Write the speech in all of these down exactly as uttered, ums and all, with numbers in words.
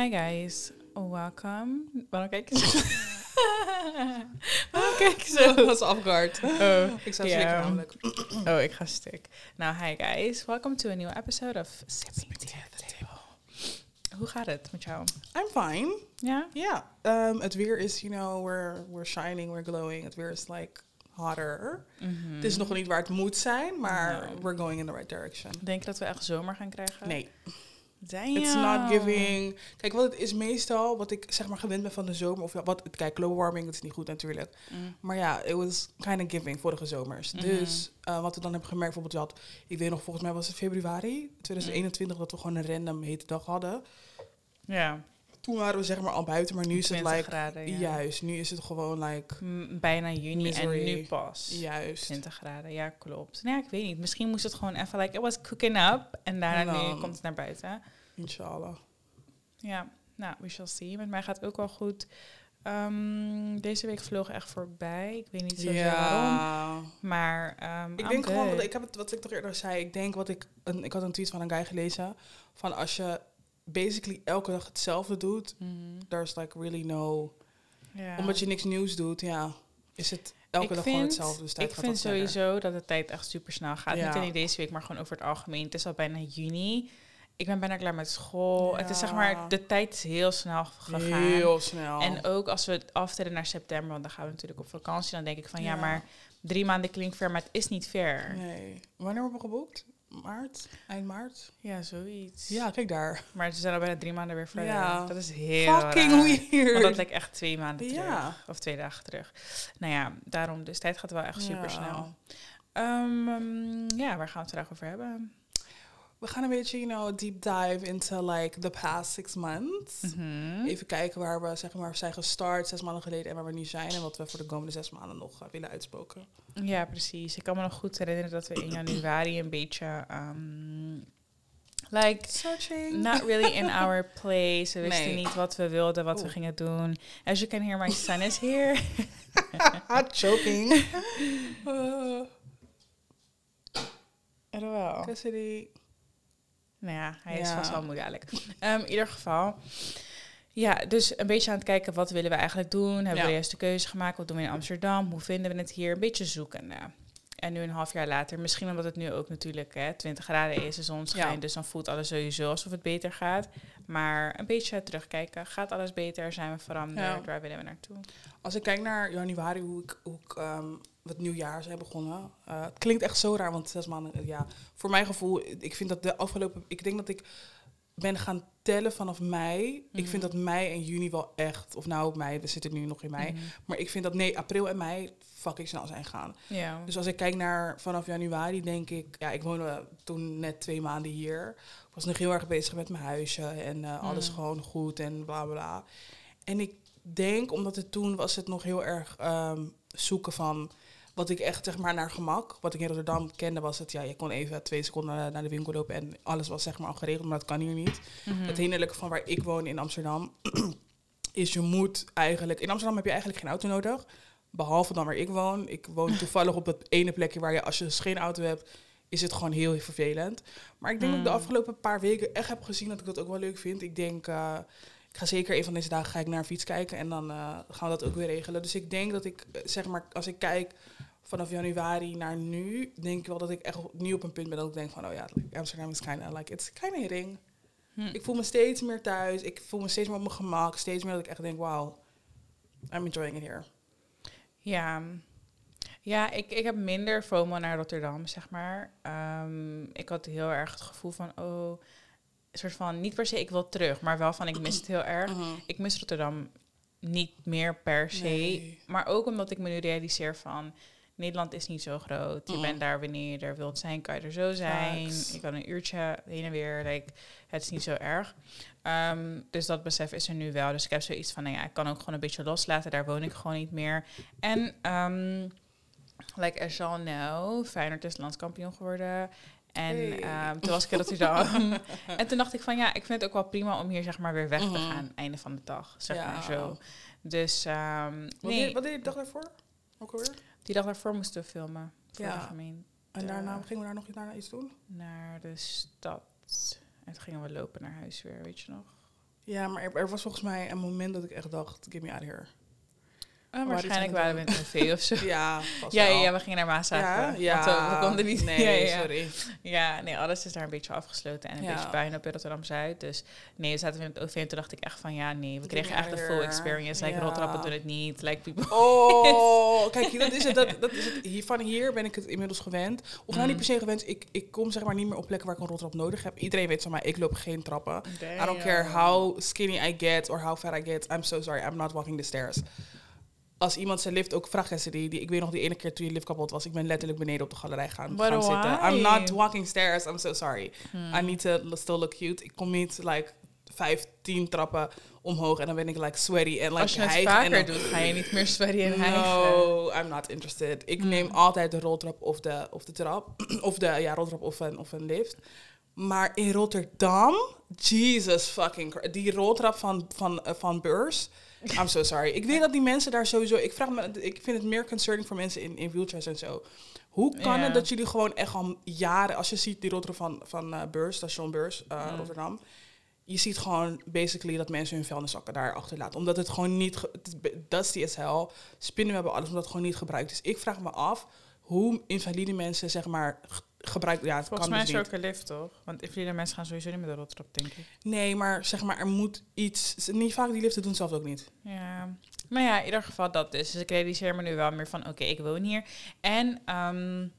Hi guys, welcome. Waarom kijk je zo? Waarom kijk je zo? Dat was afguard. Oh, Ik zou ja. slikken namelijk. Oh, ik ga stuk. Nou, hi guys. Welcome to a new episode of Sipping Tea at the Table. Hoe gaat het met jou? I'm fine. Ja? Ja. Um, het weer is, you know, we're, we're shining, we're glowing. Het weer is like hotter. Mm-hmm. Het is nog niet waar het moet zijn, maar No. we're going in the right direction. Denk je dat we echt zomer gaan krijgen? Nee. Damn. It's not giving... Kijk, wat het is meestal, wat ik zeg maar gewend ben van de zomer... Of ja, wat, kijk, global warming, dat is niet goed natuurlijk. Mm. Maar ja, it was kind of giving vorige zomers. Mhm. Dus uh, wat we dan hebben gemerkt, bijvoorbeeld... Je had, ik weet nog, volgens mij was het februari twintig eenentwintig... dat we gewoon een random hete dag hadden. Ja. Toen waren we zeg maar al buiten, maar nu is het like... graden, ja. Juist, nu is het gewoon like... M- Bijna juni Misery. en nu pas. Juist. twintig graden, ja, klopt. Nou ja, ik weet niet. Misschien moest het gewoon even like, it was cooking up. En daarna Nou. nu komt het naar buiten. Inshallah. Ja, nou, we shall see. Met mij gaat het ook wel goed. Um, deze week vloog echt voorbij. Ik weet niet zozeer waarom. Maar um, Ik I'm denk gewoon, good. dat, ik heb het, wat ik toch eerder zei, ik denk wat ik, een, ik had een tweet van een guy gelezen, van als je basically elke dag hetzelfde doet, Mhm. there's like really no, Ja. omdat je niks nieuws doet, ja, is het elke Ik dag vind- gewoon hetzelfde. Dus tijd Ik gaat vind wat sneller. sowieso dat de tijd echt super snel gaat. Ja. Niet alleen deze week, maar gewoon over het algemeen. Het is al bijna juni. Ik ben bijna klaar met school. Ja. Het is zeg maar, de tijd is heel snel gegaan. Heel snel. En ook als we het aftellen naar september, want dan gaan we natuurlijk op vakantie, dan denk ik van ja, Ja. maar drie maanden klinkt ver, maar het is niet ver. Nee. Wanneer hebben we geboekt? Maart? Eind maart? Ja, zoiets. Ja, kijk daar. Maar ze zijn al bijna drie maanden weer verder. Ja. Dat is heel Fucking raar. weird. Want dat lijkt echt twee maanden terug. Ja. Of twee dagen terug. Nou ja, daarom. Dus tijd gaat wel echt Ja. super snel. Um, um, ja, waar gaan we het vandaag over hebben? We gaan een beetje, you know, deep dive into like the past six months. Mhm. Even kijken waar we zeg maar zijn gestart zes maanden geleden en waar we nu zijn en wat we voor de komende zes maanden nog uh, willen uitspoken. Ja, precies. Ik kan me nog goed herinneren dat we in januari een beetje... Um, like, Searching. not really in our place. We wisten Nee. niet wat we wilden, wat we Oeh. gingen doen. As you can hear, my son is here. Choking. uh, Er wel. Cassidy. Nou ja, hij is Ja. vast wel moe dadelijk. Um, in ieder geval. Ja, dus een beetje aan het kijken, wat willen we eigenlijk doen? Hebben Ja. we de juiste keuze gemaakt? Wat doen we in Amsterdam? Hoe vinden we het hier? Een beetje zoekende. En nu een half jaar later, misschien omdat het nu ook natuurlijk hè, twintig graden is, de zon schijnt, Ja. dus dan voelt alles sowieso alsof het beter gaat. Maar een beetje terugkijken. Gaat alles beter? Zijn we veranderd? Ja. Waar willen we naartoe? Als ik kijk naar januari, hoe ik, hoe ik um, het nieuwjaar zijn begonnen. Uh, het klinkt echt zo raar, want zes maanden, uh, ja. Voor mijn gevoel, ik vind dat de afgelopen... Ik denk dat ik ben gaan tellen vanaf mei. Ik vind dat mei en juni wel echt... Of nou, mei, we zitten nu nog in mei. Mhm. Maar ik vind dat, nee, april en mei fucking snel zijn gaan. Ja. Dus als ik kijk naar vanaf januari, denk ik... Ja, ik woonde toen net twee maanden hier. Ik was nog heel erg bezig met mijn huisje. En uh, alles Mm. gewoon goed en bla bla. En ik denk, omdat het toen was het nog heel erg um, zoeken van... Wat ik echt, zeg maar, naar gemak... Wat ik in Rotterdam kende, was het... Ja, je kon even twee seconden naar de winkel lopen... en alles was, zeg maar, al geregeld. Maar dat kan hier niet. Mhm. Het hinderlijke van waar ik woon in Amsterdam... is je moet eigenlijk... In Amsterdam heb je eigenlijk geen auto nodig... Behalve dan waar ik woon. Ik woon toevallig op dat ene plekje waar je, als je dus geen auto hebt, is het gewoon heel vervelend. Maar ik denk dat ik de Hmm. afgelopen paar weken echt heb gezien dat ik dat ook wel leuk vind. Ik denk, uh, ik ga zeker een van deze dagen ga ik naar een fiets kijken en dan uh, gaan we dat ook weer regelen. Dus ik denk dat ik, uh, zeg maar, als ik kijk vanaf januari naar nu, denk ik wel dat ik echt nu op een punt ben dat ik denk van, oh ja, Amsterdam is kind of like, it's kind of hitting. Hm. Ik voel me steeds meer thuis. Ik voel me steeds meer op mijn gemak. Steeds meer dat ik echt denk, wow, I'm enjoying it here. Ja, ja ik, ik heb minder FOMO naar Rotterdam, zeg maar. Um, ik had heel erg het gevoel van, oh, een soort van, niet per se ik wil terug, maar wel van ik mis het heel erg. Mhm. Ik mis Rotterdam niet meer per se, Nee. maar ook omdat ik me nu realiseer van, Nederland is niet zo groot. Je Mhm. bent daar wanneer je er wilt zijn, kan je er zo zijn. Facts. Je kan een uurtje heen en weer, like, het is niet zo erg. Um, dus dat besef is er nu wel. Dus ik heb zoiets van, nou ja, ik kan ook gewoon een beetje loslaten. Daar woon ik gewoon niet meer. En, um, like as you all know, Feyenoord is landskampioen geworden. En Hey. um, toen was ik in Rotterdam. En toen dacht ik van, ja, ik vind het ook wel prima om hier zeg maar weer weg te Mhm. gaan. Einde van de dag, zeg Ja. maar zo. Dus, um, Wat, nee, deed, wat deed je de dag daarvoor? Ook alweer? die dag daarvoor moesten we filmen. Voor Ja. de gemeente. En daarna gingen we daar nog daarna iets doen? Naar de stad. En toen gingen we lopen naar huis weer, weet je nog? Ja, maar er, er was volgens mij een moment dat ik echt dacht, get me out of here. Uh, waarschijnlijk waren we in een café of zo. Ja, vast ja, wel. ja, we gingen naar Maashaven. Ja, Want we, we konden niet. Nee, ja, ja. sorry. Ja, nee, alles is daar een beetje afgesloten en een Ja. beetje puin op Rotterdam-Zuid. Dus nee, we zaten in het O V en toen dacht ik echt van ja, nee, we kregen Ja, echt de full ja. experience. Like Ja. Rotterdam doen het niet, like people. Oh, kijk, dat is het. Dat, dat is het. Hier, van hier ben ik het inmiddels gewend. Of nou Mm. niet per se gewend. Ik, ik kom zeg maar niet meer op plekken waar ik een Rotterdam nodig heb. Iedereen weet van mij, ik loop geen trappen. I don't care how skinny I get or how fat I get. I'm so sorry, I'm not walking the stairs. Als iemand zijn lift ook vraagt, die, die, ik weet nog die ene keer toen je lift kapot was, ik ben letterlijk beneden op de galerij gaan, But gaan why? zitten. I'm not walking stairs, I'm so sorry. Hmm. I need to still look cute. Ik kom niet like vijftien trappen omhoog en dan ben ik like sweaty en like Als je het hijgen vaker en dan, doet, ga je niet meer sweaty en hijgen. no, I'm not interested. Ik Hmm. neem altijd de roltrap of de, of de trap. Of de ja, roltrap of een, of een lift. Maar in Rotterdam, Jesus fucking Christ. Die roltrap van, van, uh, van Beurs. I'm so sorry. Ik weet dat die mensen daar sowieso... Ik vraag me, ik vind het meer concerning voor mensen in, in wheelchairs en zo. Hoe kan Ja. het dat jullie gewoon echt al jaren... Als je ziet die roltrap van, van uh, Beurs, station Beurs, uh, Mm. Rotterdam... Je ziet gewoon basically dat mensen hun vuilniszakken daar achterlaten. Omdat het gewoon niet... ge- het is dusty as hell. Spinnenwebben, alles, omdat het gewoon niet gebruikt is. Ik vraag me af hoe invalide mensen, zeg maar, ge- gebruiken... Ja, het Volgens kan mij dus is niet. er ook een lift, toch? Want vele mensen gaan sowieso niet met de rotrap, denk ik. Nee, maar zeg maar, er moet iets... Niet vaak die liften doen zelf ook niet. Ja, maar ja, in ieder geval dat dus. Dus ik realiseer me nu wel meer van, oké, ik woon hier. En um,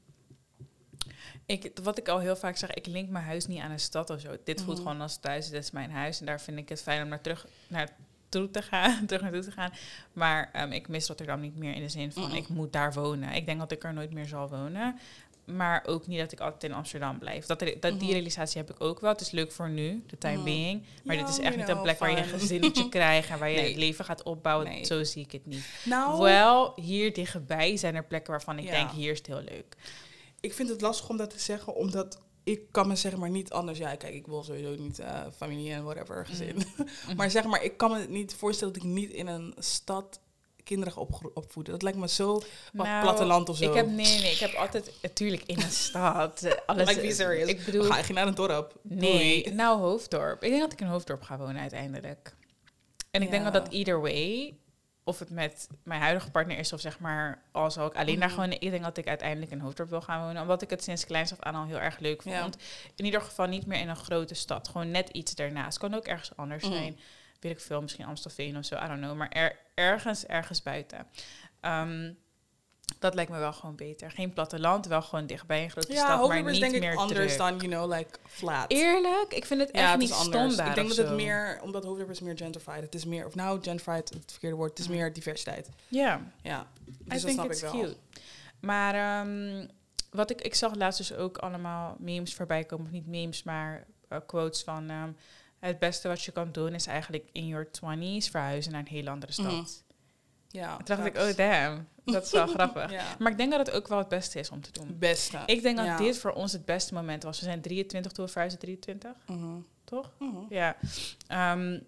ik, wat ik al heel vaak zeg, ik link mijn huis niet aan een stad of zo. Dit voelt Mhm. gewoon als thuis, dit is mijn huis. En daar vind ik het fijn om naar terug naar toe te gaan, terug naartoe te gaan. Maar um, ik mis Rotterdam niet meer in de zin van, Mhm. ik moet daar wonen. Ik denk dat ik er nooit meer zal wonen. Maar ook niet dat ik altijd in Amsterdam blijf. Dat, dat, die Mhm. realisatie heb ik ook wel. Het is leuk voor nu, de time Mhm. being. Maar Ja, dit is you echt niet een know, plek waar je een fine. gezinnetje krijgt en waar je Nee. het leven gaat opbouwen. Nee. Zo zie ik het niet. Nou, Wel, hier dichtbij zijn er plekken waarvan ik Ja. denk, hier is het heel leuk. ik vind het lastig om dat te zeggen, omdat ik kan me zeg maar niet anders... Ja, kijk, ik wil sowieso niet uh, familie en whatever, gezin. Mm. Maar zeg maar, ik kan me niet voorstellen dat ik niet in een stad kinderen ga opgro- opvoeden. Dat lijkt me zo wat Nou, platteland of zo. Ik heb, nee, nee, nee, ik heb altijd, natuurlijk in een stad. eh, Alles, Like, be serious. Ik bedoel, Ga je naar een dorp? nee, Doei. nou Hoofddorp. Ik denk dat ik in Hoofddorp ga wonen uiteindelijk. En ik denk Ja. dat dat either way, of het met mijn huidige partner is of zeg maar, al zou ik alleen daar Mhm. gewoon, ik denk dat ik uiteindelijk in Hoofddorp wil gaan wonen, omdat ik het sinds kleins af aan al heel erg leuk Ja. vond. In ieder geval niet meer in een grote stad, gewoon net iets daarnaast. Kan ook ergens anders Mhm. zijn, weet ik veel, misschien Amstelveen of zo, I don't know, maar er, ergens, ergens buiten. Um, dat lijkt me wel gewoon beter. Geen platteland, wel gewoon dichtbij een grote Ja, stad, maar Hoofddorp is niet denk ik meer anders druk. dan, you know, like flat. Eerlijk, ik vind het echt ja, het niet is anders. stom daar Ik denk of dat het zo. meer, omdat Hoofddorp is meer gentrified. Het is meer, of nou, gentrified, het verkeerde woord. Het is Mm. meer diversiteit. Ja, Ja, I dus dat think snap it's ik wel. cute. Maar um, wat ik, ik zag laatst dus ook allemaal memes voorbij komen. Of niet memes, maar uh, quotes van... Um, het beste wat je kan doen is eigenlijk in your twinties verhuizen naar een heel andere stad. Mhm. Ja, Toen dacht ik, facts. oh damn, dat is wel grappig. Ja. Maar ik denk dat het ook wel het beste is om te doen. Beste. Ik denk dat Ja. dit voor ons het beste moment was. We zijn drieëntwintig toen we verhuisden, drieëntwintig, Mhm. toch? Mhm. Ja. Um,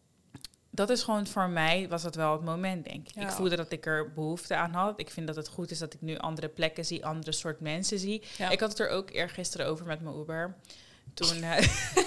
dat is gewoon voor mij, was dat wel het moment, denk ik. Ja. Ik voelde dat ik er behoefte aan had. Ik vind dat het goed is dat ik nu andere plekken zie, andere soort mensen zie. Ja. Ik had het er ook eergisteren over met mijn Uber. Toen... Uh,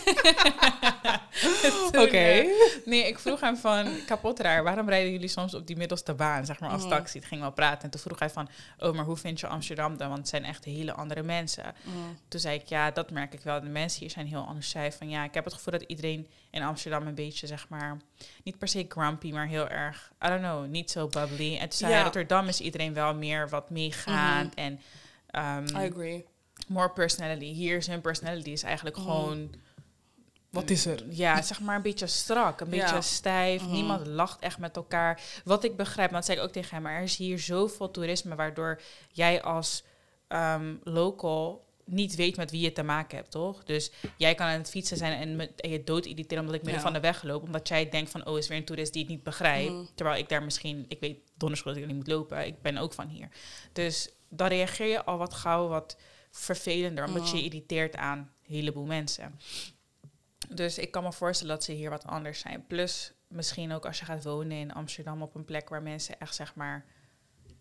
toen, Oké. uh, nee, ik vroeg hem van, kapot raar, waarom rijden jullie soms op die middelste baan, zeg maar, als Mhm. taxi? Het ging wel praten. En toen vroeg hij van, oh, maar hoe vind je Amsterdam dan? Want het zijn echt hele andere mensen. Mhm. Toen zei ik, ja, dat merk ik wel. De mensen hier zijn heel anders. Zei van, ja, ik heb het gevoel dat iedereen in Amsterdam een beetje, zeg maar, niet per se grumpy, maar heel erg, I don't know, niet zo bubbly. En toen zei Ja. hij, Rotterdam is iedereen wel meer wat meegaand Mhm. en um, I agree. more personality. Hier is hun personality is eigenlijk Mhm. gewoon... Wat is er? Ja, zeg maar een beetje strak, een beetje Ja. stijf. Mhm. Niemand lacht echt met elkaar. Wat ik begrijp, want dat zei ik ook tegen hem, maar er is hier zoveel toerisme, waardoor jij als um, local niet weet met wie je te maken hebt, toch? Dus jij kan aan het fietsen zijn en, me, en je dood irriteren omdat ik midden Ja. van de weg loop, omdat jij denkt van, oh, is weer een toerist die ik niet begrijp. Mhm. Terwijl ik daar misschien, ik weet donders goed dat ik er niet moet lopen. Ik ben ook van hier. Dus dan reageer je al wat gauw wat vervelender, omdat Mhm. je je irriteert aan een heleboel mensen. Dus ik kan me voorstellen dat ze hier wat anders zijn. Plus misschien ook als je gaat wonen in Amsterdam op een plek waar mensen echt, zeg maar,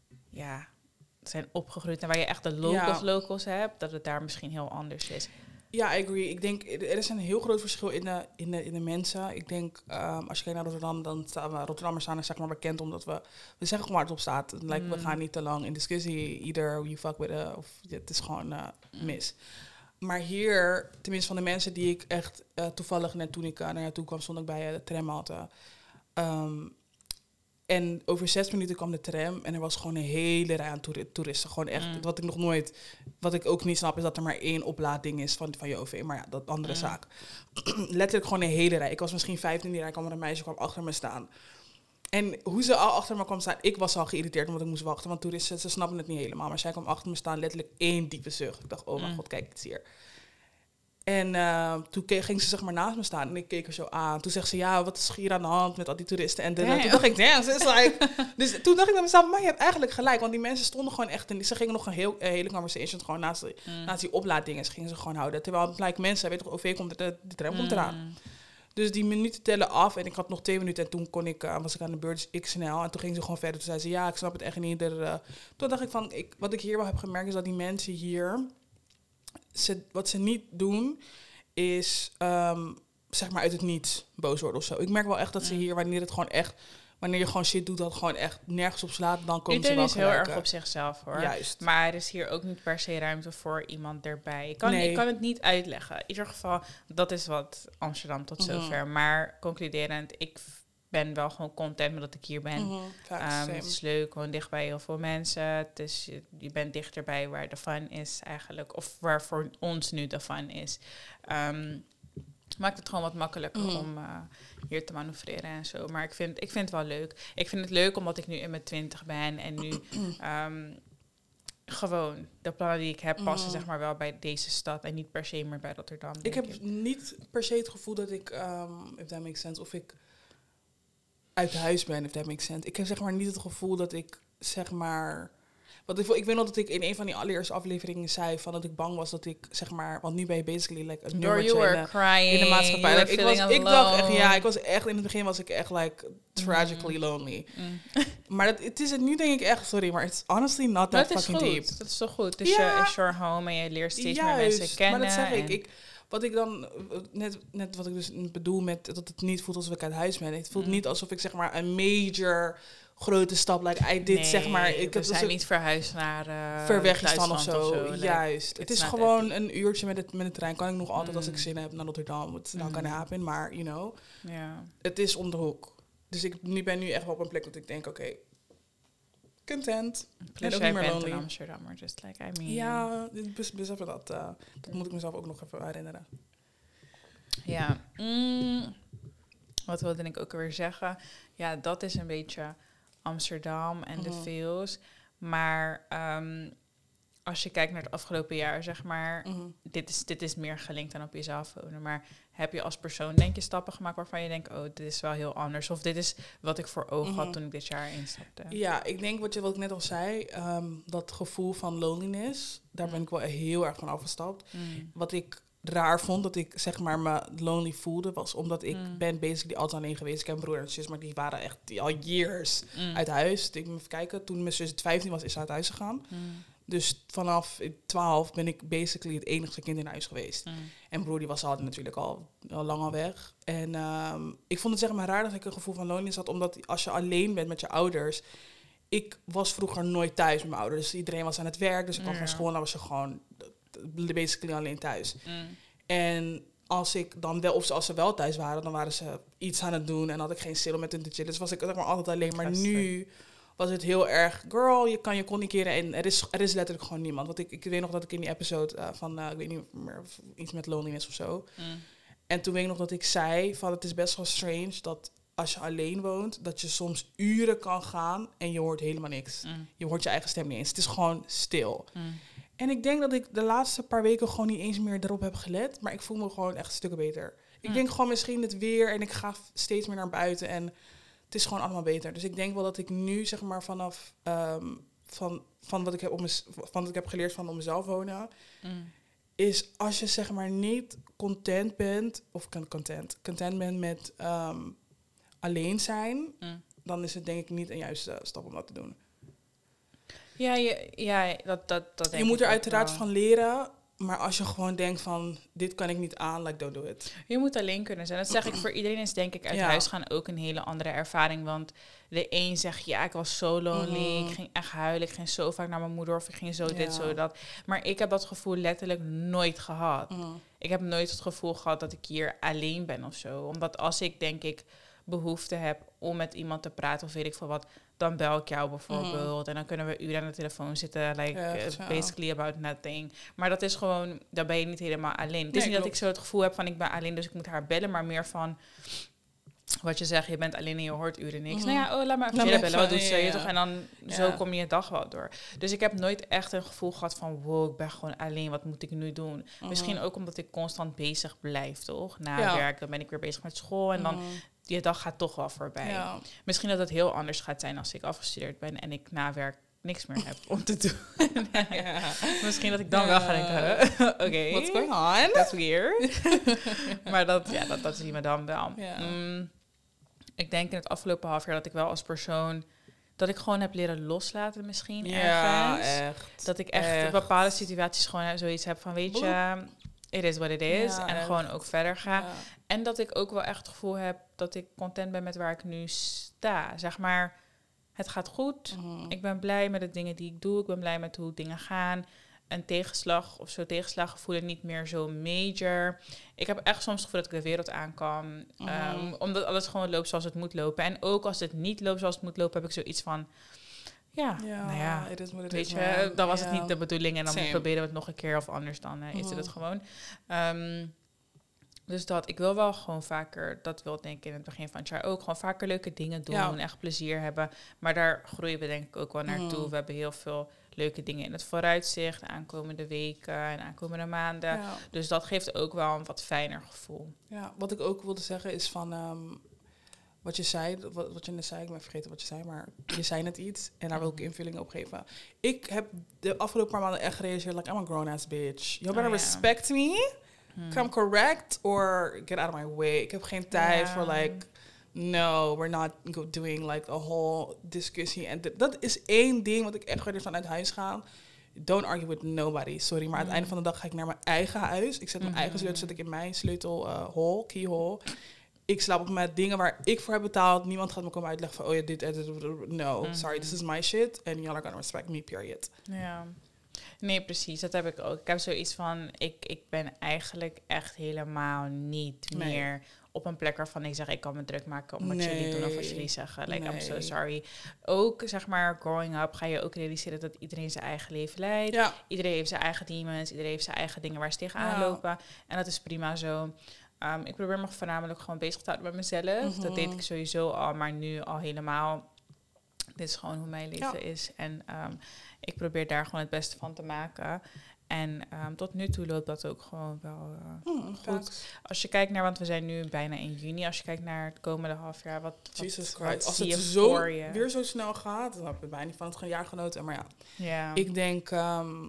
ja, zijn opgegroeid en waar je echt de locals Ja. locals hebt, dat het daar misschien heel anders is. Ja, I agree. Ik denk, er is een heel groot verschil in de, in de, in de mensen. Ik denk, um, als je kijkt naar Rotterdam, dan staan we, Rotterdammers staan er zeg maar bekend omdat we, we zeggen gewoon waar het op staat. Like, mm. We gaan niet te lang in discussie, either you fuck with it, of het is gewoon uh, mis. Maar hier, tenminste van de mensen die ik echt uh, toevallig net toen ik uh, naar naartoe kwam, stond ik bij uh, de tramhalte. Um, En over zes minuten kwam de tram en er was gewoon een hele rij aan toer- toeristen. Gewoon echt, mm. wat ik nog nooit, wat ik ook niet snap, is dat er maar één oplaadding is van, van je O V. Maar ja, dat andere mm. zaak. Letterlijk gewoon een hele rij. Ik was misschien vijftien in die rij, kwam er een meisje, kwam achter me staan. En hoe ze al achter me kwam staan, ik was al geïrriteerd omdat ik moest wachten. Want toeristen, ze snappen het niet helemaal. Maar zij kwam achter me staan, letterlijk één diepe zucht. Ik dacht, oh mijn mm. god, kijk, het is hier. En uh, toen ke- ging ze zeg maar naast me staan en ik keek er zo aan. Toen zegt ze, ja, wat is hier aan de hand met al die toeristen? En de, toen dacht ik, damn, ze is like... Dus toen dacht ik aan mezelf, maar je hebt eigenlijk gelijk. Want die mensen stonden gewoon echt... En ze gingen nog een heel, uh, hele conversation gewoon naast, de, mm. naast die oplaaddingen. Ze gingen ze gewoon houden. Terwijl like, mensen, weet toch, O V komt, de, de tram mm. komt eraan. Dus die minuten tellen af en ik had nog twee minuten. En toen kon ik, uh, was ik aan de beurt, ik snel. En toen ging ze gewoon verder. Toen zei ze, ja, ik snap het echt niet. Er, uh, toen dacht ik van, ik, wat ik hier wel heb gemerkt is dat die mensen hier... Ze, wat ze niet doen... is, um, zeg maar, uit het niets boos worden of zo. Ik merk wel echt dat ze hier, wanneer het gewoon echt... wanneer je gewoon shit doet dat gewoon echt nergens op slaat, dan komen Iedereen ze wel Iedereen is heel erg op zichzelf, hoor. Juist. Maar er is hier ook niet per se ruimte voor iemand erbij. Ik kan, nee. ik kan het niet uitleggen. In ieder geval, dat is wat Amsterdam tot mm-hmm. zover. Maar concluderend, ik ben wel gewoon content met dat ik hier ben. Mm-hmm. Um, het is leuk, gewoon dicht bij heel veel mensen. Het is, je bent dichterbij waar de fun is eigenlijk. Of waar voor ons nu de fun is. Um, maakt het gewoon wat makkelijker mm. om uh, hier te manoeuvreren en zo. Maar ik vind, ik vind het wel leuk. Ik vind het leuk omdat ik nu in mijn twintig ben en nu um, gewoon de plannen die ik heb passen mm. zeg maar wel bij deze stad en niet per se meer bij Rotterdam. Ik heb ik. niet per se het gevoel dat ik, um, if that makes sense, of ik uit huis ben, if that makes sense. Ik heb zeg maar niet het gevoel dat ik zeg maar... Want ik, ik weet nog dat ik in een van die allereerste afleveringen zei van dat ik bang was dat ik zeg maar, want nu ben je basically like een nummertje in de, crying, in de maatschappij. Like, ik, was, ik dacht echt, ja, ik was echt in het begin was ik echt like tragically mm. lonely. Mm. Maar dat, het is het nu denk ik echt, sorry, maar it's honestly not that fucking goed. deep. Dat is toch goed. Het is, ja, je, is your home en je leert steeds juist, meer mensen kennen. Maar dat zeg ik. ik Wat ik dan, net, net wat ik dus bedoel met dat het niet voelt alsof ik uit huis ben. Het voelt mm. niet alsof ik zeg maar een major grote stap, like I did, nee, zeg maar. Ik we zijn dus niet verhuisd naar uh, ver weg is dan of zo. Of zo. Like, Juist. Het is gewoon it. een uurtje met, het, met de trein. Kan ik nog altijd mm. als ik zin heb naar Rotterdam. Het nou kan happen, maar you know. Yeah. Het is om de hoek. Dus ik nu ben nu echt wel op een plek dat ik denk, oké, okay, content. Plus jij bent een Amsterdammer, just like I mean. Ja, besef dat. Uh, dat moet ik mezelf ook nog even herinneren. Ja. Mm, wat wilde ik ook weer zeggen? Ja, dat is een beetje Amsterdam en uh-huh. de feels. Maar um, als je kijkt naar het afgelopen jaar, zeg maar, uh-huh. dit, is, dit is meer gelinkt dan op jezelf wonen. Maar heb je als persoon, denk je, stappen gemaakt waarvan je denkt, oh, dit is wel heel anders. Of dit is wat ik voor ogen uh-huh. had toen ik dit jaar instapte. Ja, ik denk wat, je, wat ik net al zei, um, dat gevoel van loneliness, daar ben ik wel heel erg van afgestapt. Mm. Wat ik raar vond, dat ik zeg maar me lonely voelde, was omdat ik mm. ben basically altijd alleen geweest. Ik heb een broer en zus, maar die waren echt die al years mm. uit huis. Ik moet even kijken, toen mijn zus vijftien was, is ze uit huis gegaan. Mm. Dus vanaf twaalf ben ik basically het enigste kind in huis geweest. Mm. En broer die was altijd natuurlijk al, al lang al weg. En um, ik vond het zeg maar raar dat ik een gevoel van loneliness had, omdat als je alleen bent met je ouders, ik was vroeger nooit thuis met mijn ouders. Dus iedereen was aan het werk, dus ik kwam ja. van school en dan was je gewoon basically alleen thuis. Mm. En als ik dan wel, of als ze wel thuis waren, dan waren ze iets aan het doen en had ik geen zin om met hen te chillen. Dus was ik zeg maar altijd alleen. Maar nu was het heel erg, girl, je kan je communiceren en er is, er is letterlijk gewoon niemand. Want ik, ik weet nog dat ik in die episode uh, van, uh, ik weet niet meer, iets met loneliness of zo. Mm. En toen weet ik nog dat ik zei van, het is best wel strange dat als je alleen woont, dat je soms uren kan gaan en je hoort helemaal niks. Mm. Je hoort je eigen stem niet eens. Het is gewoon stil. Mm. En ik denk dat ik de laatste paar weken gewoon niet eens meer erop heb gelet. Maar ik voel me gewoon echt stukken beter. Ik mm. denk gewoon misschien het weer en ik ga steeds meer naar buiten. En het is gewoon allemaal beter. Dus ik denk wel dat ik nu zeg maar vanaf um, van, van, wat ik heb om mez, van wat ik heb geleerd van om mezelf wonen. Mm. Is als je zeg maar niet content bent, of content, content bent met um, alleen zijn. Mm. Dan is het denk ik niet een juiste stap om dat te doen. Ja, je, ja dat, dat, dat denk je moet er uiteraard wel. van leren, Maar als je gewoon denkt van, dit kan ik niet aan, like, don't do it. Je moet alleen kunnen zijn. Dat zeg ik voor iedereen is denk ik uit Ja. huis gaan ook een hele andere ervaring. Want de een zegt, ja, ik was zo lonely. Mhm. Ik ging echt huilen. Ik ging zo vaak naar mijn moeder of ik ging zo Ja. dit, zo dat. Maar ik heb dat gevoel letterlijk nooit gehad. Mm. Ik heb nooit het gevoel gehad dat ik hier alleen ben of zo. Omdat als ik denk ik behoefte heb om met iemand te praten of weet ik veel wat, dan bel ik jou bijvoorbeeld. Mhm. En dan kunnen we uren aan de telefoon zitten. Like, Echt, uh, ja. basically about nothing. Maar dat is gewoon, dan ben je niet helemaal alleen. Het is Nee, niet dat klopt. ik zo het gevoel heb van ik ben alleen, dus ik moet haar bellen. Maar meer van, wat je zegt, je bent alleen en je hoort uren niks. Mhm. Nou ja, oh, laat maar even Laat chillen maar bellen. Wat even, doet ze? ja, Je ja. toch? En dan Ja. zo kom je je dag wel door. Dus ik heb nooit echt een gevoel gehad van, wow, ik ben gewoon alleen. Wat moet ik nu doen? Mhm. Misschien ook omdat ik constant bezig blijf, toch? Na Ja. werk, dan ben ik weer bezig met school. En dan, Mhm. je dag gaat toch wel voorbij. Ja. Misschien dat het heel anders gaat zijn als ik afgestudeerd ben en ik na werk niks meer heb om te doen. Ja. Misschien dat ik dan Ja. wel ga denken, huh? oké, What's going on? that's weird. maar dat, ja, dat, dat zie je me dan wel. Ja. Mm, ik denk in het afgelopen half jaar dat ik wel als persoon, dat ik gewoon heb leren loslaten misschien Ja, ergens. echt. Dat ik echt, Echt. in bepaalde situaties gewoon zoiets heb van, weet je, it is what it is. Ja, en echt. gewoon ook verder ga. Ja. En dat ik ook wel echt het gevoel heb dat ik content ben met waar ik nu sta. Zeg maar, het gaat goed. Mhm. Ik ben blij met de dingen die ik doe. Ik ben blij met hoe dingen gaan. Een tegenslag of zo tegenslagen voelen niet meer zo major. Ik heb echt soms het gevoel dat ik de wereld aan kan. Mhm. Um, omdat alles gewoon loopt zoals het moet lopen. En ook als het niet loopt zoals het moet lopen, heb ik zoiets van, ja, Ja, nou ja, it is what it weet is, je, man. dan was Ja. het niet de bedoeling en dan Same. proberen we het nog een keer of anders dan uh, is het Mhm. het gewoon. Um, dus dat, ik wil wel gewoon vaker, dat wil ik denk ik in het begin van het jaar ook, gewoon vaker leuke dingen doen, Ja. echt plezier hebben. Maar daar groeien we denk ik ook wel naartoe. Mhm. We hebben heel veel leuke dingen in het vooruitzicht, de aankomende weken en aankomende maanden. Ja. Dus dat geeft ook wel een wat fijner gevoel. Ja, wat ik ook wilde zeggen is van, ehm, wat je zei, wat, wat je net zei, ik ben vergeten wat je zei, maar je zei net iets en daar wil ik invulling op geven. Ik heb de afgelopen paar maanden echt gerealiseerd, like, I'm a grown-ass bitch. You better Oh, ja. respect me, Hmm. come correct, or get out of my way. Ik heb geen tijd Ja. voor, like, no, we're not go- doing, like, a whole discussie. En d- dat is één ding wat ik echt geleerd vanuit huis gaan. Don't argue with nobody, sorry. Maar aan het Mm. einde van de dag ga ik naar mijn eigen huis. Ik zet mijn Mhm. eigen sleutel zet ik in mijn sleutel uh, hole, keyhole. Ik slaap op met dingen waar ik voor heb betaald. Niemand gaat me komen uitleggen van, oh ja, dit, dit, dit, dit. No, Mhm. sorry, this is my shit. And y'all are gonna respect me, period. Ja. Nee, precies. Dat heb ik ook. Ik heb zoiets van, ik, ik ben eigenlijk echt helemaal niet Nee. meer op een plek waarvan ik zeg, ik kan me druk maken om wat Nee. jullie doen of wat jullie zeggen. Like, I'm so Nee. sorry. Ook, zeg maar, growing up ga je ook realiseren dat iedereen zijn eigen leven leidt. Ja, Iedereen heeft zijn eigen demons, iedereen heeft zijn eigen dingen waar ze tegenaan Ja. lopen. En dat is prima zo. Um, ik probeer me voornamelijk gewoon bezig te houden met mezelf. Dat Mhm. deed ik sowieso al, maar nu al helemaal. Dit is gewoon hoe mijn leven Ja. is. En um, ik probeer daar gewoon het beste van te maken. En um, tot nu toe loopt dat ook gewoon wel uh, mm, goed. facts. Als je kijkt naar, want we zijn nu bijna in juni. Als je kijkt naar het komende half jaar, wat, wat, Jesus wat Christ. Als zie het je zo, voor je? weer zo snel gaat, dan heb ik het bijna niet van het jaargenoten. Maar ja, Ja. ik denk, ehm,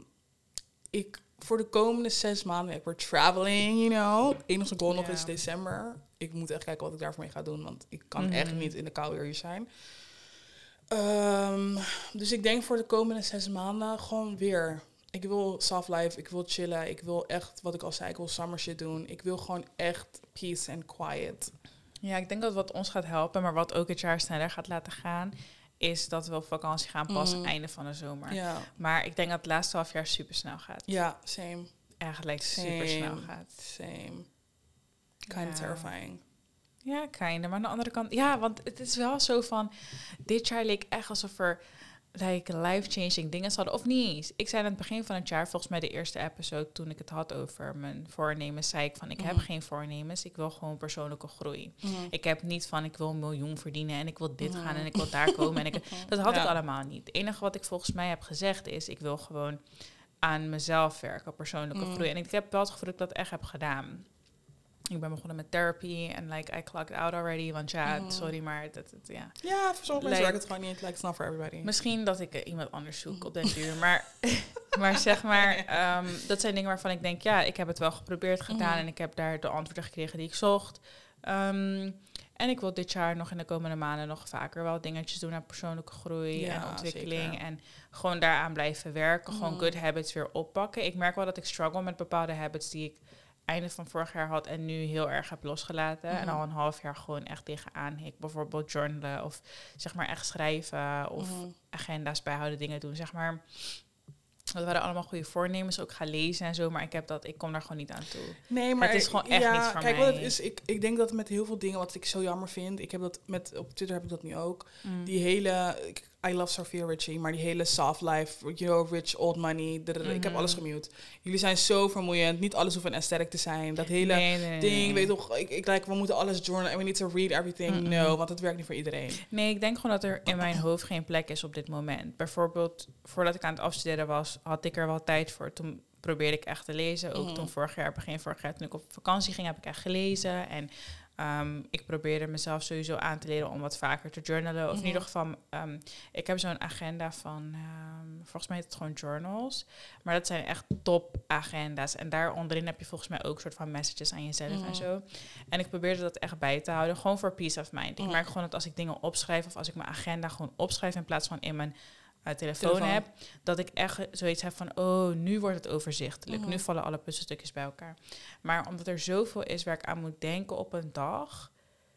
ik voor de komende zes maanden, ik word traveling, you know. Het enige goal nog Ja. is december. Ik moet echt kijken wat ik daarvoor mee ga doen, want ik kan Mhm. echt niet in de kou hier zijn. Ehm, dus ik denk voor de komende zes maanden gewoon weer. Ik wil soft life, ik wil chillen, ik wil echt, wat ik al zei, ik wil summer shit doen. Ik wil gewoon echt peace and quiet. Ja, ik denk dat wat ons gaat helpen, maar wat ook het jaar sneller gaat laten gaan, is dat we op vakantie gaan pas Mhm. einde van de zomer. Ja, Maar ik denk dat het laatste half jaar super snel gaat. ja, same, Eigenlijk super snel Same. gaat. same. Kind of Ja. terrifying. Ja, kinder. Maar aan de andere kant, ja, want het is wel zo van, dit jaar leek echt alsof er like life-changing dingen hadden. Of niet eens. Ik zei aan het begin van het jaar, volgens mij de eerste episode, toen ik het had over mijn voornemens, zei ik van, ik heb Mhm. geen voornemens. Ik wil gewoon persoonlijke groei. Mhm. Ik heb niet van, ik wil een miljoen verdienen en ik wil dit Mhm. gaan en ik wil daar komen. En ik, dat had Ja. ik allemaal niet. Het enige wat ik volgens mij heb gezegd is, ik wil gewoon aan mezelf werken, persoonlijke Mhm. groei. En ik heb wel het gevoel dat ik dat echt heb gedaan. Ik ben begonnen met therapy en like I clocked out already, want ja, Mhm. sorry, maar dat, dat ja. Ja, voor sommige mensen Like- werkt het gewoon niet. Like, it's not for everybody. Misschien dat ik uh, iemand anders zoek op den duur, maar, maar zeg maar, ehm, dat zijn dingen waarvan ik denk, ja, ik heb het wel geprobeerd gedaan Mhm. en ik heb daar de antwoorden gekregen die ik zocht. Ehm, En ik wil dit jaar nog in de komende maanden nog vaker wel dingetjes doen aan persoonlijke groei Ja, en ontwikkeling. zeker. En gewoon daaraan blijven werken. Gewoon Mm. good habits weer oppakken. Ik merk wel dat ik struggle met bepaalde habits die ik einde van vorig jaar had en nu heel erg heb losgelaten. Mhm. En al een half jaar gewoon echt tegenaan hik. Bijvoorbeeld journalen of zeg maar echt schrijven of Mhm. agenda's bijhouden, dingen doen. Zeg maar, dat waren allemaal goede voornemens. Ook gaan lezen en zo, maar ik heb dat, ik kom daar gewoon niet aan toe. Nee, maar Het is gewoon echt ja, niet voor kijk, mij. wat het is, ik, ik denk dat met heel veel dingen wat ik zo jammer vind, ik heb dat met, op Twitter heb ik dat nu ook, Mm. die hele, ik, I love Sophia Richie, maar die hele soft life, you know, rich old money, drrr, ik heb Mhm. alles gemute. Jullie zijn zo vermoeiend, niet alles hoeft een aesthetic te zijn, dat hele Nee, nee, nee, ding, nee. weet je toch, ik, ik like, we moeten alles journalen and we need to read everything, Mm-mm. no, want het werkt niet voor iedereen. Nee, ik denk gewoon dat er in mijn hoofd geen plek is op dit moment. Bijvoorbeeld, voordat ik aan het afstuderen was, had ik er wel tijd voor. Toen probeerde ik echt te lezen. Ook Mhm. toen vorig jaar, begin vorig jaar, toen ik op vakantie ging, heb ik echt gelezen. En ehm, ik probeerde mezelf sowieso aan te leren om wat vaker te journalen. Of in Mhm. ieder geval, um, ik heb zo'n agenda van, um, volgens mij heet het gewoon journals. Maar dat zijn echt top agenda's. En daar onderin heb je volgens mij ook soort van messages aan jezelf Mhm. en zo. En ik probeerde dat echt bij te houden, gewoon voor peace of mind. Ik Mhm. merk gewoon dat als ik dingen opschrijf of als ik mijn agenda gewoon opschrijf in plaats van in mijn uh, telefoon, Telefoon. heb, dat ik echt zoiets heb van, oh, nu wordt het overzichtelijk. Mhm. Nu vallen alle puzzelstukjes bij elkaar. Maar omdat er zoveel is waar ik aan moet denken op een dag,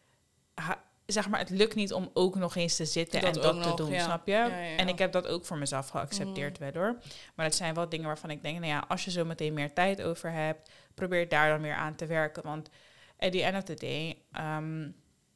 ha- zeg maar, het lukt niet om ook nog eens te zitten Dat en ook dat nog, te doen, ja. snap je? Ja, ja, ja. En ik heb dat ook voor mezelf geaccepteerd wel hoor. Maar het zijn wel dingen waarvan ik denk, nou ja, als je zo meteen meer tijd over hebt, probeer daar dan weer aan te werken. Want at the end of the day, um,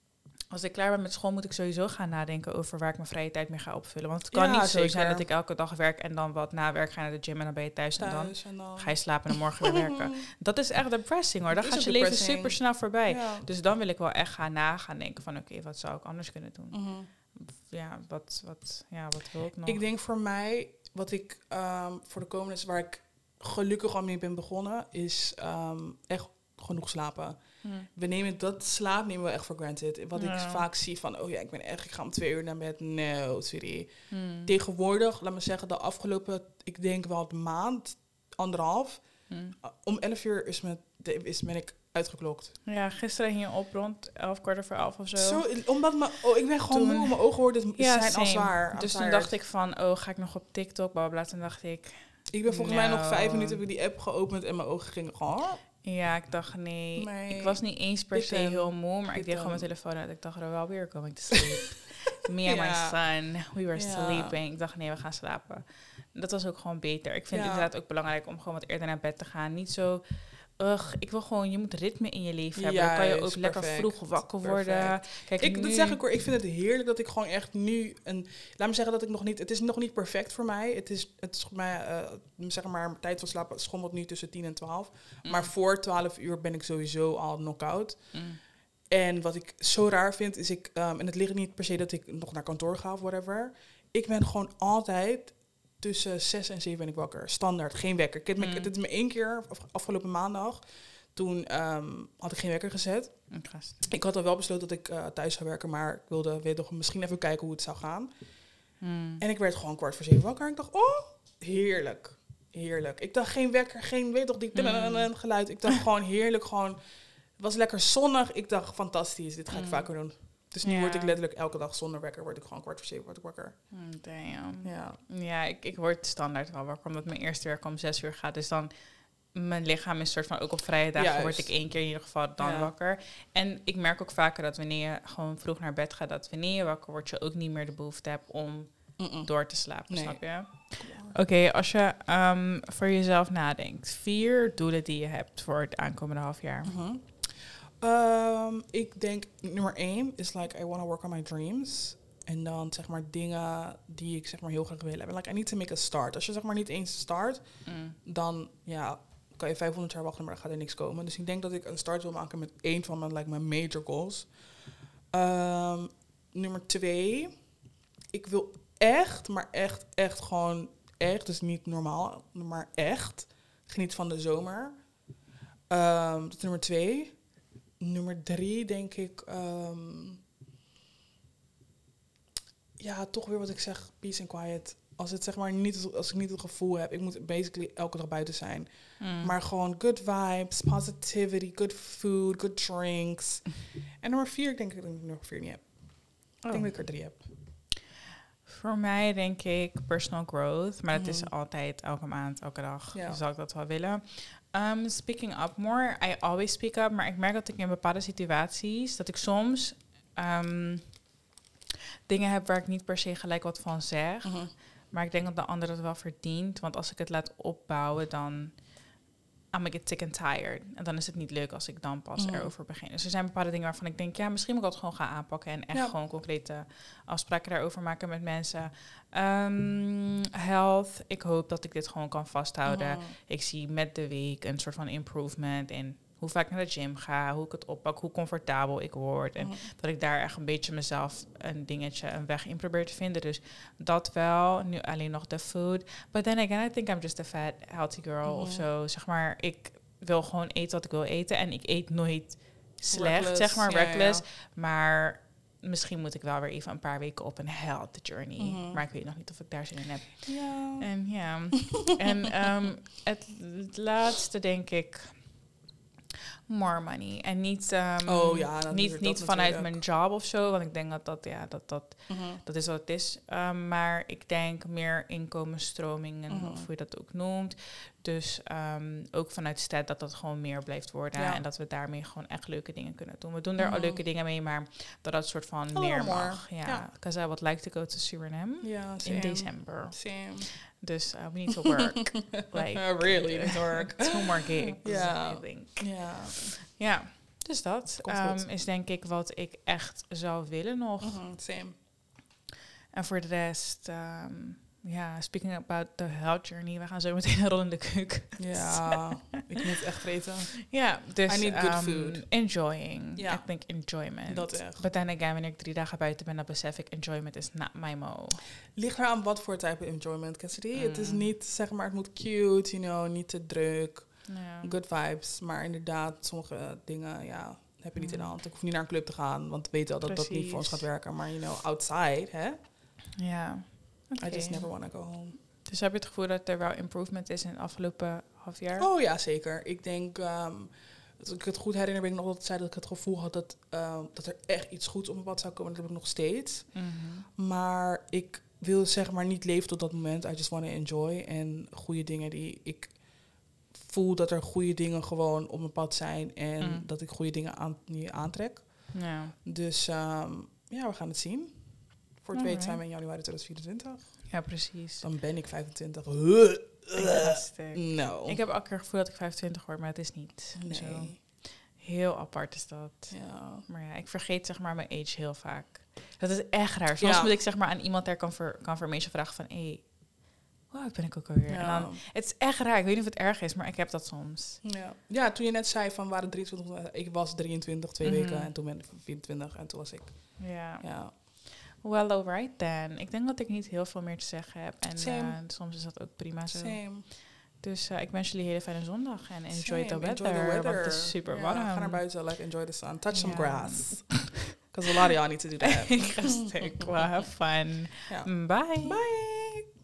als ik klaar ben met school, moet ik sowieso gaan nadenken over waar ik mijn vrije tijd mee ga opvullen. Want het kan Ja, niet zo zeker. zijn dat ik elke dag werk en dan wat na werk ga naar de gym en dan ben je thuis, en dan Thuis en dan... ga je slapen en morgen weer werken. Dat is echt depressing hoor. Dan Dat is gaat je ook leven depressing. super snel voorbij. Ja. Dus dan wil ik wel echt gaan na gaan denken van oké, wat zou ik anders kunnen doen? Mhm. Ja, wat, wat, ja, wat wil ik nog? Ik denk voor mij, wat ik ehm, voor de komende is waar ik gelukkig al mee ben begonnen, is ehm, echt genoeg slapen. Hm. We nemen dat slaap nemen we echt voor granted. Wat ik Ja. vaak zie van, oh ja, ik ben echt, ik ga om twee uur naar bed. No, sorry. Hm. Tegenwoordig, laat me zeggen, de afgelopen, ik denk wel een maand, anderhalf, Hm. uh, om elf uur is me, de, is, ben ik uitgeklokt. Ja, gisteren ging je op rond elf, kwart over elf of zo. Zo, omdat me, oh, ik ben gewoon Toen- moe, mijn ogen worden ja, zijn al same. zwaar. Dus I'm toen tired. dacht ik van, oh, ga ik nog op TikTok, bla bla bla. Toen dacht ik, Ik ben volgens mij nog vijf No. minuten heb ik die app geopend en mijn ogen gingen gewoon... ja, ik dacht nee. Nee. Ik was niet eens per Dit se hem. heel moe, maar ik Dit deed gewoon hem. mijn telefoon uit. Ik dacht, oh, well, we are going to sleep. Me and my Ja. son, we were Ja. sleeping. Ik dacht, nee, we gaan slapen. Dat was ook gewoon beter. Ik vind Ja. het inderdaad ook belangrijk om gewoon wat eerder naar bed te gaan. Niet zo, ugh, ik wil gewoon, je moet ritme in je leven hebben. Dan kan je ook Juist, lekker perfect, vroeg wakker worden. perfect. Kijk, Ik, nu, dat zeg ik hoor, ik vind het heerlijk dat ik gewoon echt nu een... Laat me zeggen dat ik nog niet... Het is nog niet perfect voor mij. Het is, het is voor mij, eh, zeg maar, mijn tijd van slapen schommelt nu tussen tien en twaalf. Mm. Maar voor twaalf uur ben ik sowieso al knock-out. Mm. En wat ik zo raar vind, is ik... Um, en het ligt niet per se dat ik nog naar kantoor ga of whatever. Ik ben gewoon altijd... Tussen zes en zeven ben ik wakker. Standaard, geen wekker. Ik heb me, Mm. Het is me één keer, af- afgelopen maandag... Toen um, had ik geen wekker gezet. Een gast. Ik had al wel besloten dat ik uh, thuis zou werken, maar ik wilde weet nog, misschien even kijken hoe het zou gaan. Mm. En ik werd gewoon kwart voor zeven wakker. En ik dacht, oh, heerlijk. Heerlijk. Ik dacht, geen wekker, geen, weet toch, die Mm. geluid. Ik dacht gewoon heerlijk, gewoon, het was lekker zonnig. Ik dacht, fantastisch, dit ga ik Mm. vaker doen. Dus nu Ja. word ik letterlijk elke dag zonder wekker, word ik gewoon kwart voor zeven word ik wakker. Mm, damn. Ja. Ja, ik, ik word standaard wel wakker, omdat mijn eerste werk om zes uur gaat. Dus dan, mijn lichaam is soort van, ook op vrije dagen Juist. word ik één keer in ieder geval dan Ja. wakker. En ik merk ook vaker dat wanneer je gewoon vroeg naar bed gaat, dat wanneer je wakker wordt, je ook niet meer de behoefte hebt om Mm-mm. door te slapen, Nee. snap je? Oké, als je um, voor jezelf nadenkt, vier doelen die je hebt voor het aankomende half jaar. Mhm. Um, ik denk, nummer één is like, I want to work on my dreams. En dan zeg maar dingen die ik zeg maar heel graag wil hebben. Like, I need to make a start. Als je zeg maar niet eens start, Mm. dan ja, kan je vijfhonderd jaar wachten, maar dan gaat er niks komen. Dus ik denk dat ik een start wil maken met één van mijn, like, mijn major goals. Um, nummer twee, ik wil echt, maar echt, echt gewoon echt, dus niet normaal, maar echt, geniet van de zomer. Um, dat is nummer twee. Nummer drie, denk ik, um, ja, toch weer wat ik zeg, peace and quiet. als het zeg maar niet, als ik niet het gevoel heb, ik moet basically elke dag buiten zijn. Mm. Maar gewoon good vibes, positivity, good food, good drinks. En nummer vier, ik denk dat ik nummer vier niet heb. Ik Oh. denk dat ik er drie heb. Voor mij denk ik personal growth. Maar dat is Mhm. altijd elke maand, elke dag. Ja. Dus zou ik dat wel willen. Um, speaking up more. I always speak up. Maar ik merk dat ik in bepaalde situaties... dat ik soms um, dingen heb waar ik niet per se gelijk wat van zeg. Mhm. Maar ik denk dat de ander het wel verdient. Want als ik het laat opbouwen, dan... I'm get sick and tired. En dan is het niet leuk als ik dan pas Mhm. erover begin. Dus er zijn bepaalde dingen waarvan ik denk... ja, misschien moet ik dat gewoon gaan aanpakken... en echt Ja. gewoon concrete afspraken daarover maken met mensen. Um, health. Ik hoop dat ik dit gewoon kan vasthouden. Mhm. Ik zie met de week een soort van improvement... in hoe vaak ik naar de gym ga, hoe ik het oppak... hoe comfortabel ik word. En Mhm. dat ik daar echt een beetje mezelf een dingetje, een weg in probeer te vinden. Dus dat wel. Nu alleen nog de food. But then again, I think I'm just a fat, healthy girl Mhm. of zo. Zeg maar, ik wil gewoon eten wat ik wil eten. En ik eet nooit slecht, Reckless, zeg maar, ja, reckless. ja. Maar misschien moet ik wel weer even een paar weken op een health journey. Mhm. Maar ik weet nog niet of ik daar zin in heb. Ja. En ja. en um, het, het laatste denk ik... more money. En niet, um, Oh ja, dat niet, natuurlijk, niet dat vanuit natuurlijk. mijn job of zo. Want ik denk dat dat, ja, dat, dat, Mhm. dat is wat het is. Um, maar ik denk meer inkomensstromingen, Mhm. of hoe je dat ook noemt. Dus um, ook vanuit stad dat dat gewoon meer blijft worden. Ja. En dat we daarmee gewoon echt leuke dingen kunnen doen. We doen daar al Mhm. leuke dingen mee, maar dat dat soort van little meer more. mag. Ja, Ja. because I would like to go to Suriname Ja, same. in december. Same. Dus uh, we need to work. like, really need to work. Two more gigs, Ja. I think. Ja. Ja, dus dat Komt um, goed. is denk ik wat ik echt zou willen nog. Mhm, same. En voor de rest, um, ja, speaking about the health journey, we gaan zo meteen een rol in de keuken. Ja, ik moet echt vreten. Ja, dus I need good um, food. enjoying. Ja. I think enjoyment. Dat echt. But then again, wanneer ik drie dagen buiten ben, dan besef ik enjoyment is not my mo. Ligt eraan wat voor type enjoyment, Cassidy. Het is Mm. niet, zeg maar, het moet cute, you know, niet te druk. Ja. Good vibes. Maar inderdaad, sommige dingen, ja, heb je niet in de Mm. hand. Ik hoef niet naar een club te gaan, want we weten al dat dat niet voor ons Precies. gaat werken. Maar, you know, outside, hè. Ja. I just Oké. never want to go home. Dus heb je het gevoel dat er wel improvement is in het afgelopen half jaar? Oh ja, zeker. Ik denk, ehm, als ik het goed herinner, ben ik nog altijd zei dat ik het gevoel had dat, ehm, dat er echt iets goeds op mijn pad zou komen. Dat heb ik nog steeds. Mhm. Maar ik wil zeg maar niet leven tot dat moment. I just want to enjoy. En goede dingen die ik voel dat er goede dingen gewoon op mijn pad zijn. En Mm. dat ik goede dingen aan, niet aantrek. Ja. Dus ehm, ja, we gaan het zien. Voor het weet Alright. zijn we in januari tweeduizend vierentwintig. ja, precies. Dan ben ik vijfentwintig. Ja, stuk. No. Ik heb elke keer het gevoel dat ik vijfentwintig word, maar het is niet. Nee. Zo. Heel apart is dat. Ja. Maar ja, ik vergeet zeg maar mijn age heel vaak. Dat is echt raar. Soms Ja. moet ik zeg maar aan iemand ter confer- confirmation vragen van... hé, hey, hoe oud ben ik ook alweer? Ja. En dan, het is echt raar. Ik weet niet of het erg is, maar ik heb dat soms. Ja. ja, toen je net zei van waren drieëntwintig, ik was drieëntwintig, twee Mhm. weken en toen ben ik vierentwintig en toen was ik. Ja. Ja. Well, alright then. Ik denk dat ik niet heel veel meer te zeggen heb. En Same. eh, soms is dat ook prima zo. Same. Dus eh, ik wens jullie een hele fijne zondag. En enjoy Same. the weather. Enjoy the weather. Want het is super Ja, warm. ga naar buiten, like enjoy the sun. Touch some Ja. grass. Because a lot of y'all need to do that. ik ga stuk. Well, have fun. Ja. Bye. Bye.